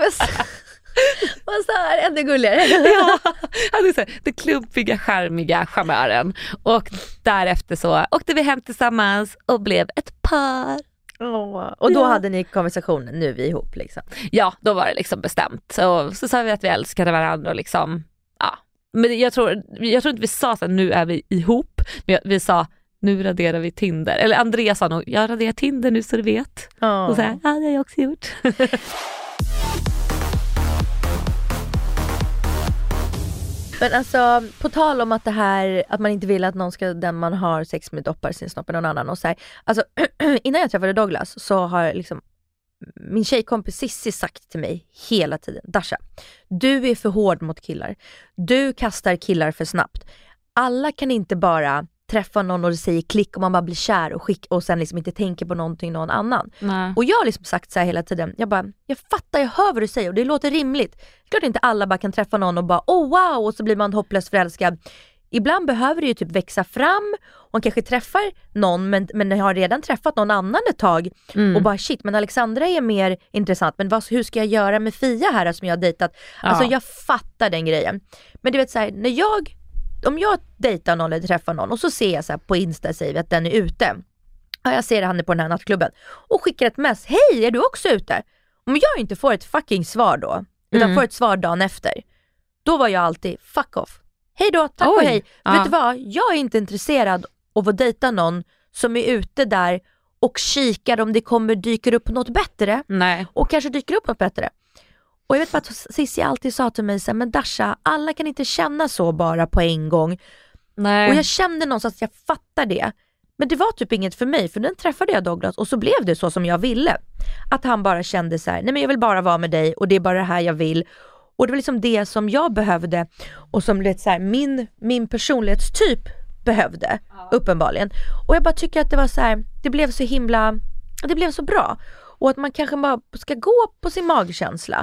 Vad så här, ännu gulligare. Ja, alltså så här, det klumpiga, charmiga charmören. Och därefter så åkte vi hem tillsammans och blev ett par. Åh, och då ja. hade ni konversationen, nu är vi ihop liksom. Ja, då var det liksom bestämt. Så, så sa vi att vi älskade varandra och liksom, ja. Men jag tror, jag tror inte vi sa så här, nu är vi ihop. Men vi sa, nu raderar vi Tinder. Eller Andreas sa nog, jag raderar Tinder nu så du vet. Åh. Och så här, ja, det har jag också gjort. Men alltså, på tal om att det här, att man inte vill att någon ska, den man har sex med doppar sin snopp någon annan och så här, alltså innan jag träffade Douglas så har liksom min tjejkompis Sissi sagt till mig hela tiden, Dasha, du är för hård mot killar. Du kastar killar för snabbt. Alla kan inte bara träffa någon och det säger klick och man bara blir kär och skick och sen liksom inte tänker på någonting någon annan. Nej. Och jag har liksom sagt så här hela tiden, jag bara, jag fattar, jag hör vad du säger och det låter rimligt. Klart inte alla bara kan träffa någon och bara, oh wow, och så blir man hopplöst förälskad. Ibland behöver det ju typ växa fram och kanske träffar någon men, men har redan träffat någon annan ett tag mm. och bara shit, men Alexandra är mer intressant, men vad, hur ska jag göra med Fia här som jag har dejtat? Ja. Alltså jag fattar den grejen. Men du vet så här, när jag om jag dejtar någon eller träffar någon och så ser jag så här på Insta säger vi att den är ute. Ja, jag ser han är på den här nattklubben och skickar ett mess. Hej, är du också ute? Om jag inte får ett fucking svar då, utan mm. får ett svar dagen efter, då var jag alltid fuck off. Hej då, tack Oj. och hej. Ja. Vet du vad? Jag är inte intresserad av att dejta någon som är ute där och kikar om det kommer dyker upp något bättre. Nej. Och kanske dyker upp något bättre. Och jag vet bara att Cissi alltid sa till mig så här, men Dasha, alla kan inte känna så bara på en gång. Nej. Och jag kände någonstans att jag fattar det. Men det var typ inget för mig, för den träffade jag Douglas och så blev det så som jag ville. Att han bara kände så här, nej men jag vill bara vara med dig och det är bara det här jag vill. Och det var liksom det som jag behövde och som lite så här, min, min personlighetstyp behövde, ja. uppenbarligen. Och jag bara tycker att det var så här, det blev så himla, det blev så bra. Och att man kanske bara ska gå på sin magkänsla.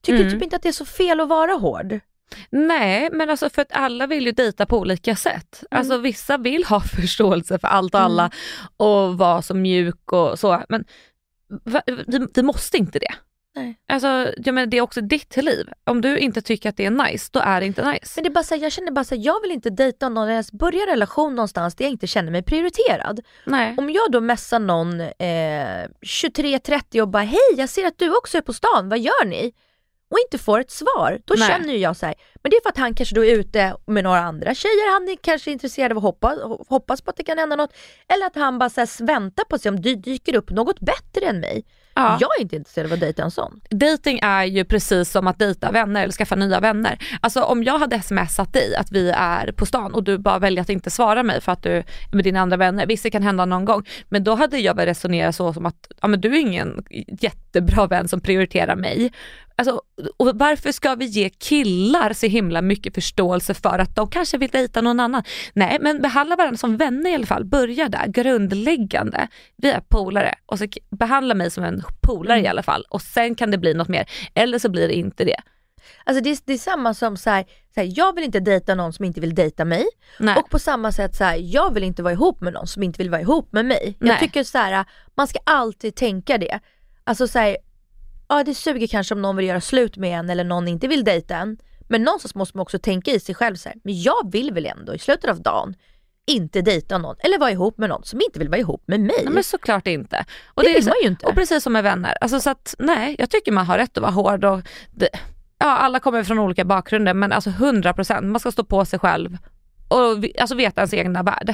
Tycker Mm. typ inte att det är så fel att vara hård. Nej, men alltså för att alla vill ju dejta på olika sätt. Mm. Alltså vissa vill ha förståelse för allt och alla mm. och vara så mjuk och så. Men vi, vi måste inte det. Nej. Alltså, ja, men det är också ditt liv. Om du inte tycker att det är nice, då är det inte nice. Men det är bara så här, jag känner bara så här, jag vill inte dejta någon eller ens börja relation någonstans där jag inte känner mig prioriterad. Nej. Om jag då messar någon eh, tjugotre trettio och bara hej, jag ser att du också är på stan, vad gör ni? Och inte får ett svar, då Nej. känner jag så här, men det är för att han kanske då är ute med några andra tjejer, han är kanske intresserad av att hoppas, hoppas på att det kan hända något, eller att han bara så här väntar på sig om det dyker upp något bättre än mig. Ja. Jag är inte intresserad av att dejta en sån. Dating är ju precis som att dejta vänner eller skaffa nya vänner. Alltså om jag hade smsat dig att vi är på stan och du bara väljer att inte svara mig för att du är med dina andra vänner, visst det kan hända någon gång, men då hade jag väl resonerat så som att ja, men du är ingen jättebra vän som prioriterar mig. Alltså, och varför ska vi ge killar så himla mycket förståelse för att de kanske vill dejta någon annan? Nej, men behandla varandra som vänner i alla fall. Börja där, grundläggande. Vi är polare och så behandla mig som en polare i alla fall. Och sen kan det bli något mer. Eller så blir det inte det. Alltså det är, det är samma som så här, så här, jag vill inte dejta någon som inte vill dejta mig. Nej. Och på samma sätt så här, jag vill inte vara ihop med någon som inte vill vara ihop med mig. Jag Nej. tycker så här, man ska alltid tänka det. Alltså så här, ja, det suger kanske om någon vill göra slut med en eller någon inte vill dejta en. Men någonstans måste man också tänka i sig själv så här, men jag vill väl ändå i slutet av dagen inte dejta någon eller vara ihop med någon som inte vill vara ihop med mig. Nej, men såklart inte. Och det, det vill är man ju inte. Och precis som med vänner. Alltså så att, nej, jag tycker man har rätt att vara hård och det, ja, alla kommer från olika bakgrunder, men alltså hundra procent, man ska stå på sig själv och alltså veta ens egna värde.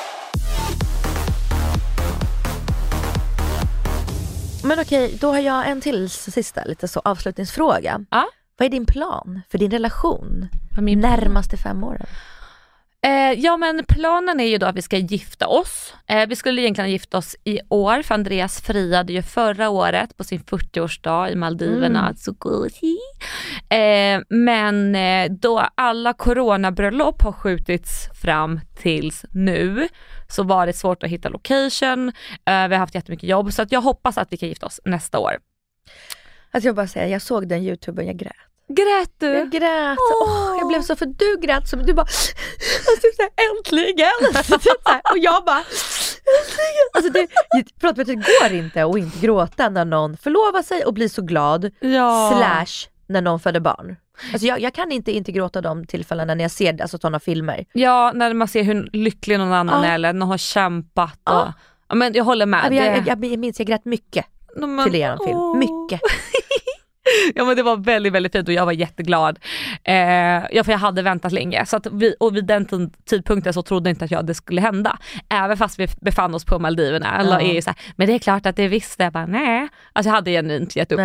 Men okej, då har jag en till sista lite så avslutningsfråga. Ja? Vad är din plan för din relation min närmaste fem åren? Eh, ja, men planen är ju då att vi ska gifta oss. Eh, vi skulle egentligen gifta oss i år, för Andreas friade ju förra året på sin fyrtioårsdag i Maldiverna. Mm. Så god. Eh, men eh, då alla coronabröllop har skjutits fram tills nu, så var det svårt att hitta location. Eh, vi har haft jättemycket jobb, så att jag hoppas att vi kan gifta oss nästa år. Alltså jag bara säga, jag såg den YouTuben, jag grät. Grät du? Jag grät. Oh. Oh, jag blev så, för du grät som du bara alltså, så här, äntligen. Och jag bara äntligen. Alltså det, förlåt, men det går inte att inte gråta när någon förlovar sig och blir så glad. Ja. Slash när någon föder barn. Alltså jag, jag kan inte inte gråta de tillfällena när jag ser alltså, sådana filmer. Ja, när man ser hur lycklig någon annan ah. är eller någon har kämpat. Och, ah. ja, men jag håller med. Ja, jag, jag, jag minns jag grät mycket men, till er film. Oh. Mycket. Ja, men det var väldigt, väldigt fint och jag var jätteglad. Eh, ja, för jag hade väntat länge. Så att vi, och vid den t- tidpunkten så trodde jag inte att jag, det skulle hända. Även fast vi befann oss på Maldiverna. Alla ja. är ju så här, men det är klart att det visste. Jag bara, nej. Alltså jag hade genuint gett upp.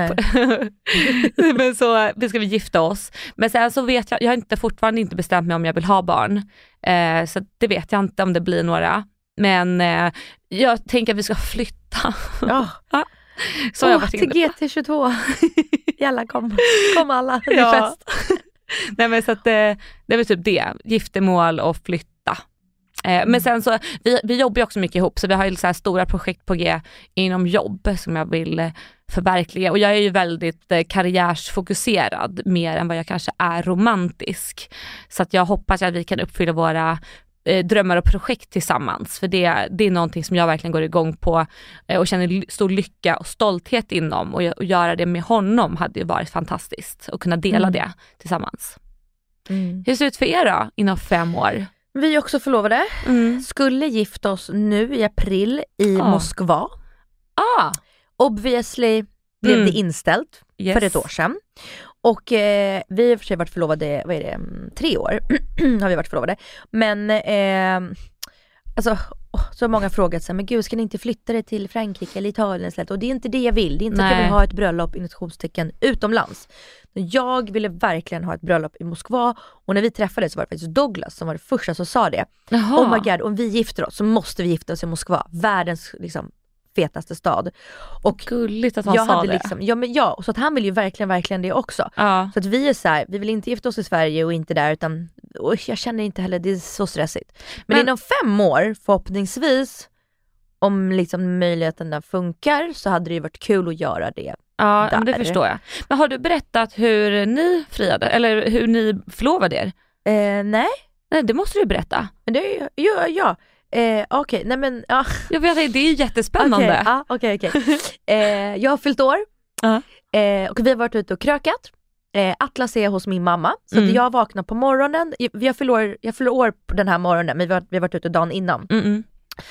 Men så vi ska vi gifta oss. Men sen så vet jag, jag har inte, fortfarande inte bestämt mig om jag vill ha barn. Eh, så det vet jag inte om det blir några. Men eh, jag tänker att vi ska flytta. Ja. Ja. Så oh, jag varit till G T tjugotvå. Jalla, kom, kom alla. Det är ja. fest. Nej, men så att det, det är väl typ det. Giftermål och flytta. Eh, men sen så, vi, vi jobbar ju också mycket ihop. Så vi har ju så här stora projekt på G inom jobb som jag vill eh, förverkliga. Och jag är ju väldigt eh, karriärsfokuserad. Mer än vad jag kanske är romantisk. Så att jag hoppas att vi kan uppfylla våra drömmar och projekt tillsammans, för det, det är någonting som jag verkligen går igång på och känner stor lycka och stolthet inom, och, och göra det med honom hade ju varit fantastiskt och kunna dela mm. det tillsammans. Mm. Hur ser det ut för er då inom fem år? Vi är också förlovade. Mm. Skulle gifta oss nu i april i ah. Moskva. Ah. Obviously blev mm. det inställt yes. för ett år sedan. Och eh, vi har för sig varit förlovade, vad är det, tre år har vi varit förlovade. Men eh, alltså, oh, så många frågat sig, men gud, ska ni inte flytta det till Frankrike eller Italien? Och det är inte det jag vill. Det är inte Nej. att jag vill ha ett bröllop i nationstecken utomlands. Jag ville verkligen ha ett bröllop i Moskva. Och när vi träffades så var det faktiskt Douglas som var det första som sa det. Jaha. Oh my god, om vi gifter oss så måste vi gifta oss i Moskva. Världens liksom fetaste stad. Och gulligt att han jag sa hade det. Liksom, ja, men ja, så att han vill ju verkligen, verkligen det också. Ja. Så att vi är så här, vi vill inte gifta oss i Sverige och inte där, utan och jag känner inte heller, det är så stressigt. Men, men inom fem år, förhoppningsvis, om liksom möjligheterna funkar, så hade det ju varit kul att göra det Ja, där. men det förstår jag. Men har du berättat hur ni friade? Eller hur ni förlovade er? Eh, nej. Nej, det måste du berätta. Men det är ju, ja, ja. Eh, okej, okay. nej men, ja. Jag vet, det är ju jättespännande. Okej, ja, okej, okej. Eh, jag har fyllt år. Uh-huh. Eh, och vi har varit ute och krökat. Eh, Atlas är hos min mamma. Så Mm. att jag vaknar på morgonen. Vi har förlor, jag fyller år på den här morgonen, men vi har, vi har varit ute dagen innan. Mm-mm.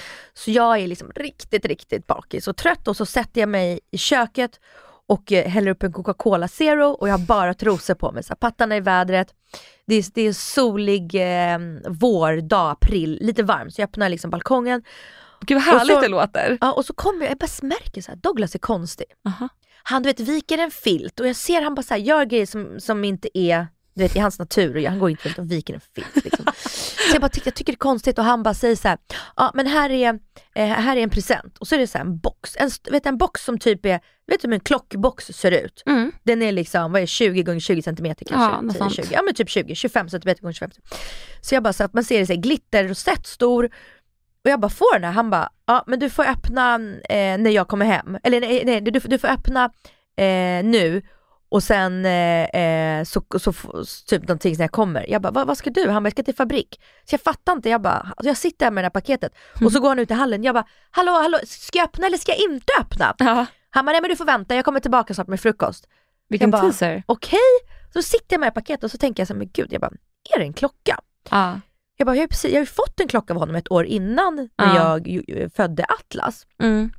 Så jag är liksom riktigt, riktigt bakis och trött. Och så sätter jag mig i köket och eh, häller upp en Coca-Cola Zero. Och jag har bara trosor på mig. Så pattarna i vädret. Det är, det är solig eh, vårdag, april, lite varm. Så jag öppnar liksom balkongen. Gud vad härligt så, det låter. Ja, och så kommer jag, jag bara märker så här, Douglas är konstig. Uh-huh. Han, du vet, viker en filt och jag ser han bara så här, gör grejer som, som inte är, du vet, i hans natur, och jag, han går inte runt och viker en filt liksom. Så jag bara tycker, jag tycker det är konstigt, och han bara säger så här, ja men här är, eh, här är en present, och så är det så här en box, en, vet, en box som typ är, vet du hur en klockbox ser ut? Mm. Den är liksom, vad är tjugo gånger tjugo centimeter kanske? Ja, tjugo, ja men typ tjugo, tjugofem centimeter gånger tjugofem. Så jag bara så att man ser det så här, glitter och sett stor. Och jag bara får den här, han bara, ja men du får öppna eh, när jag kommer hem. Eller nej, nej du, du får öppna eh, nu och sen eh, så, så, så typ någonting när jag kommer. Jag bara, vad, vad ska du? Han bara, jag ska till fabrik. Så jag fattar inte, jag bara, jag sitter här med det här paketet. Mm. Och så går han ut i hallen, jag bara, hallå, hallå, ska jag öppna eller ska jag inte öppna? Ja. Han bara, nej men du får vänta, jag kommer tillbaka snart med frukost. Vilken bara, teaser. Okej, så sitter jag med paketet och så tänker jag så här, men gud, jag bara, är det en klocka? Ja. Jag bara, jag har, precis, jag har ju fått en klocka av honom ett år innan när Ja. jag ju, födde Atlas. Mm.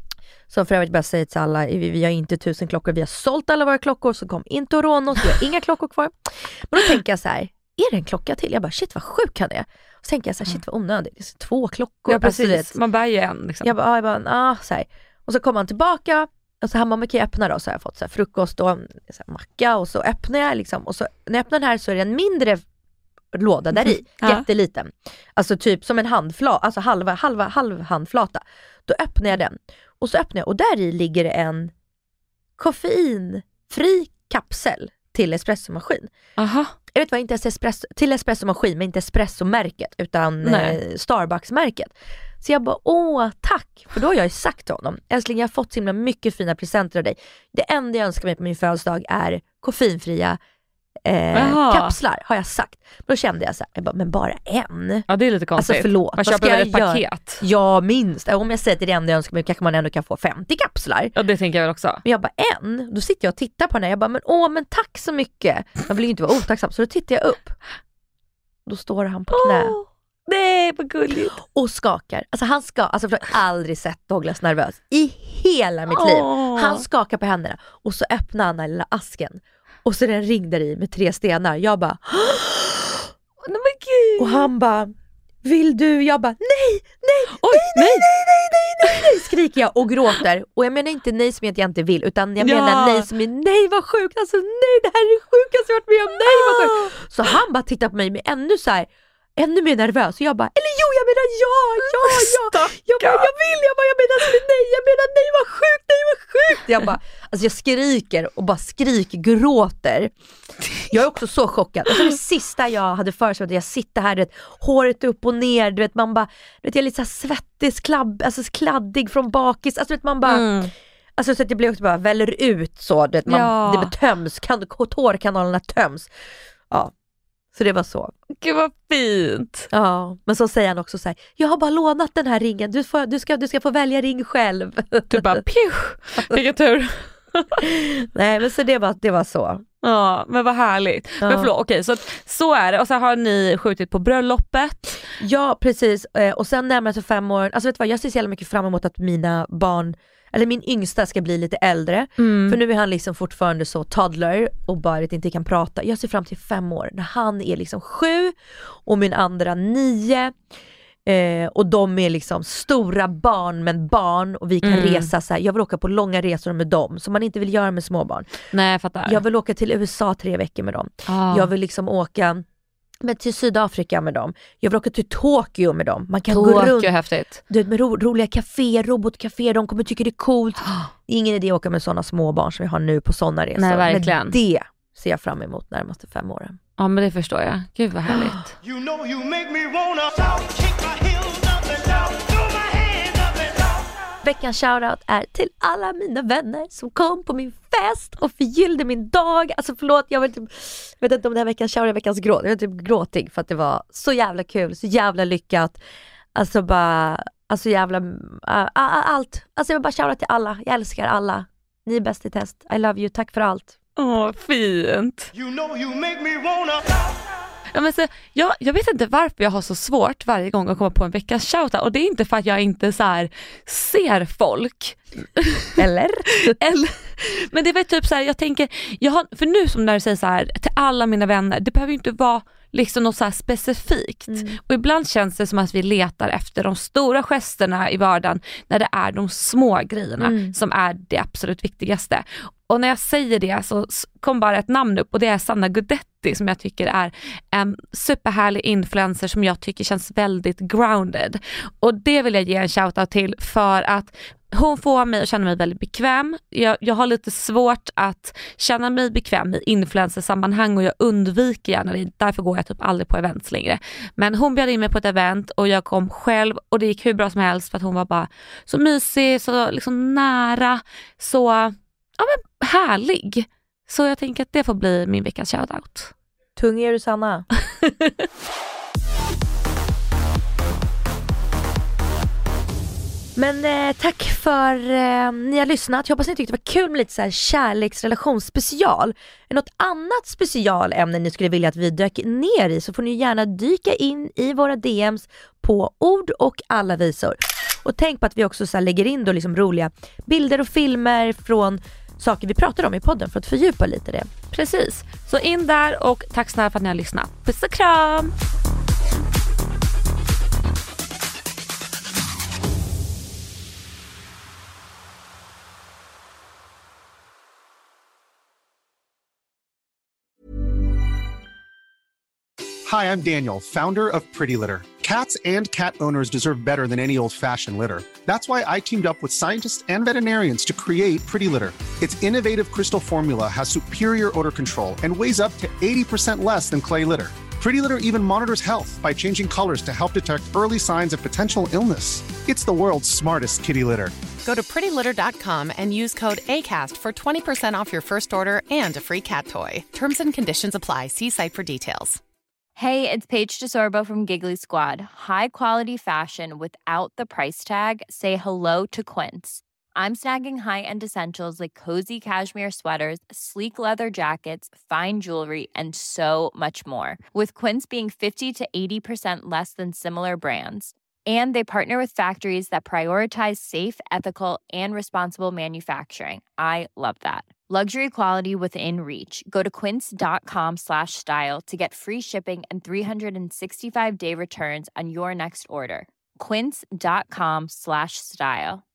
Så för övrigt bara säga till alla, vi, vi har inte tusen klockor, vi har sålt alla våra klockor, så kom inte och råna oss, vi har inga klockor kvar. Men då tänker jag så här, är det en klocka till? Jag bara, shit vad sjuk han är. Och så tänker jag så här, shit vad onödigt, det är två klockor. Ja precis, alltså, man bär ju en liksom. Jag bara, jag bara ah, så här. Och så kommer han tillbaka och så han bara, man kan jag öppna då? Så har jag fått så här, frukost och så här, macka, och så öppnar jag liksom, och så när jag öppnar den här så är det en mindre låda där i, Ja. jätteliten. Alltså typ som en handflata, alltså halva, halva, halv handflata. Då öppnar jag den. Och så öppnar jag, och där i ligger det en koffeinfri kapsel till espressomaskin. Aha. Jag vet vad, inte ens espresso, till espressomaskin, men inte espressomärket utan eh, Starbucks-märket. Så jag bara, åh tack, för då har jag ju sagt till honom, älskling, jag har fått så himla mycket fina presenter av dig. Det enda jag önskar mig på min födelsedag är koffeinfria Eh, kapslar, har jag sagt. Då kände jag så här, jag bara, men bara en? Ja, det är lite konstigt. Alltså förlåt, man vad köper ska väl jag ett göra? paket. Ja, minst. Om jag säger till det enda jag önskar mig, kanske man ändå kan få femtio kapslar. Ja, det tänker jag väl också. Men jag bara, en? Då sitter jag och tittar på den här. Jag bara, men åh, men tack så mycket. Man vill ju inte vara otacksam. Så då tittar jag upp. Då står han på knä. Oh, nej, vad gulligt. Och skakar. Alltså han ska, alltså jag har aldrig sett Douglas nervös i hela mitt oh. liv. Han skakar på händerna. Och så öppnar han den lilla asken. Och så är det en ring där i med tre stenar. Jag bara, oh, men gud. Och han bara, vill du? Jag bara, nej, nej, Oj, nej, nej, nej, nej, nej, nej, skriker jag och gråter. Och jag menar inte nej som jag inte vill, utan jag menar ja. nej som är, nej vad sjukt, alltså nej, det här är det sjukaste jag varit med om, nej vad sjukt. Så han bara tittar på mig med ännu så här, ännu mer nervös, och jag bara, eller jo, jag menar ja, ja, ja. Jag bara, jag vill, jag bara, jag menar nej, jag menar nej, vad sjukt, nej, vad sjukt. Jag bara, alltså jag skriker och bara skriker, gråter. Jag är också så chockad. Alltså det sista jag hade föreställt, jag sitter här, vet, håret upp och ner, du vet, man bara, du vet, jag är lite så här svettig, klabb, alltså kladdig från bakis, alltså du vet, man bara, mm. alltså så att det blir också bara väller ut så, du vet, man, ja. det töms, kan, tårkanalerna töms. Ja. Så det var så. Gud vad fint. Ja, men så säger han också så här, jag har bara lånat den här ringen, du, får, du, ska, du ska få välja ring själv. Du bara, pjuh, vilken tur. Nej, men så det var, det var så. Ja, men vad härligt. Ja. Men förlåt, okej, så, så är det. Och så har ni skjutit på bröllopet. Ja, precis. Och sen närmare sig fem år, alltså vet du vad, jag ser så jävla mycket fram emot att mina barn, eller min yngsta ska bli lite äldre. Mm. För nu är han liksom fortfarande så toddler och bara inte kan prata. Jag ser fram till fem år när han är liksom sju och min andra nio. Eh, och de är liksom stora barn, men barn, och vi kan mm. resa så här. Jag vill åka på långa resor med dem som man inte vill göra med småbarn. Nej, jag fattar. Jag vill åka till U S A tre veckor med dem. Ah. Jag vill liksom åka men till Sydafrika med dem. Jag vill åka till Tokyo med dem. Man kan Tokyo, gå runt häftigt. Du vet, med ro, roliga kaféer, robotcaféer. De kommer tycka det är coolt. Det är ingen idé att åka med sådana små barn som vi har nu på sådana resor. Nej, verkligen. Men det ser jag fram emot närmaste fem åren. Ja, men det förstår jag. Gud vad härligt. You know you make me wanna shout, kick my heels up and down, throw my hands up and down. Veckans shoutout är till alla mina vänner som kom på min fest och förgyllde min dag. Alltså förlåt, jag vet, typ, vet inte om det här veckans shoutout är veckans gråt. Jag var typ gråtig för att det var så jävla kul, så jävla lyckat. Alltså bara, alltså jävla, uh, uh, allt. Alltså jag vill bara shoutout till alla, jag älskar alla. Ni är bäst i test, I love you, tack för allt. Åh, fint. You know you make me wanna... Ja, men så, jag, jag vet inte varför jag har så svårt varje gång att komma på en veckans shoutout. Och det är inte för att jag inte så här ser folk. Eller? Eller men det är väl typ så här, jag tänker, jag har, för nu som när du säger så här till alla mina vänner, det behöver ju inte vara liksom något så här specifikt. Mm. Och ibland känns det som att vi letar efter de stora gesterna i vardagen när det är de små grejerna mm. som är det absolut viktigaste. Och när jag säger det så kom bara ett namn upp och det är Sanna Gudetti som jag tycker är en superhärlig influencer som jag tycker känns väldigt grounded. Och det vill jag ge en shoutout till för att hon får mig att känna mig väldigt bekväm. Jag, jag har lite svårt att känna mig bekväm i influencersammanhang och jag undviker gärna det. Därför går jag typ aldrig på events längre. Men hon bjöd in mig på ett event och jag kom själv och det gick hur bra som helst för att hon var bara så mysig, så liksom nära, så ja, men härlig. Så jag tänker att det får bli min veckas shoutout. Tung är du, Sanna. Men eh, tack för eh, ni har lyssnat. Jag hoppas ni tyckte det var kul med lite så här kärleksrelationsspecial. Något annat specialämne ni skulle vilja att vi dök ner i, så får ni gärna dyka in i våra D Ms på ord och alla visor. Och tänk på att vi också så här lägger in då liksom roliga bilder och filmer från saker vi pratar om i podden för att fördjupa lite det. Precis. Så in där och tack snälla för att ni har lyssnat. Puss och kram! Hi, I'm Daniel, founder of Pretty Litter. Cats and cat owners deserve better than any old-fashioned litter. That's why I teamed up with scientists and veterinarians to create Pretty Litter. Its innovative crystal formula has superior odor control and weighs up to eighty percent less than clay litter. Pretty Litter even monitors health by changing colors to help detect early signs of potential illness. It's the world's smartest kitty litter. Go to pretty litter dot com and use code ACAST for twenty percent off your first order and a free cat toy. Terms and conditions apply. See site for details. Hey, it's Paige DeSorbo from Giggly Squad. High quality fashion without the price tag. Say hello to Quince. I'm snagging high-end essentials like cozy cashmere sweaters, sleek leather jackets, fine jewelry, and so much more. With Quince being fifty to eighty percent less than similar brands. And they partner with factories that prioritize safe, ethical, and responsible manufacturing. I love that. Luxury quality within reach. Go to quince dot com slash style to get free shipping and three sixty-five day returns on your next order. quince dot com slash style.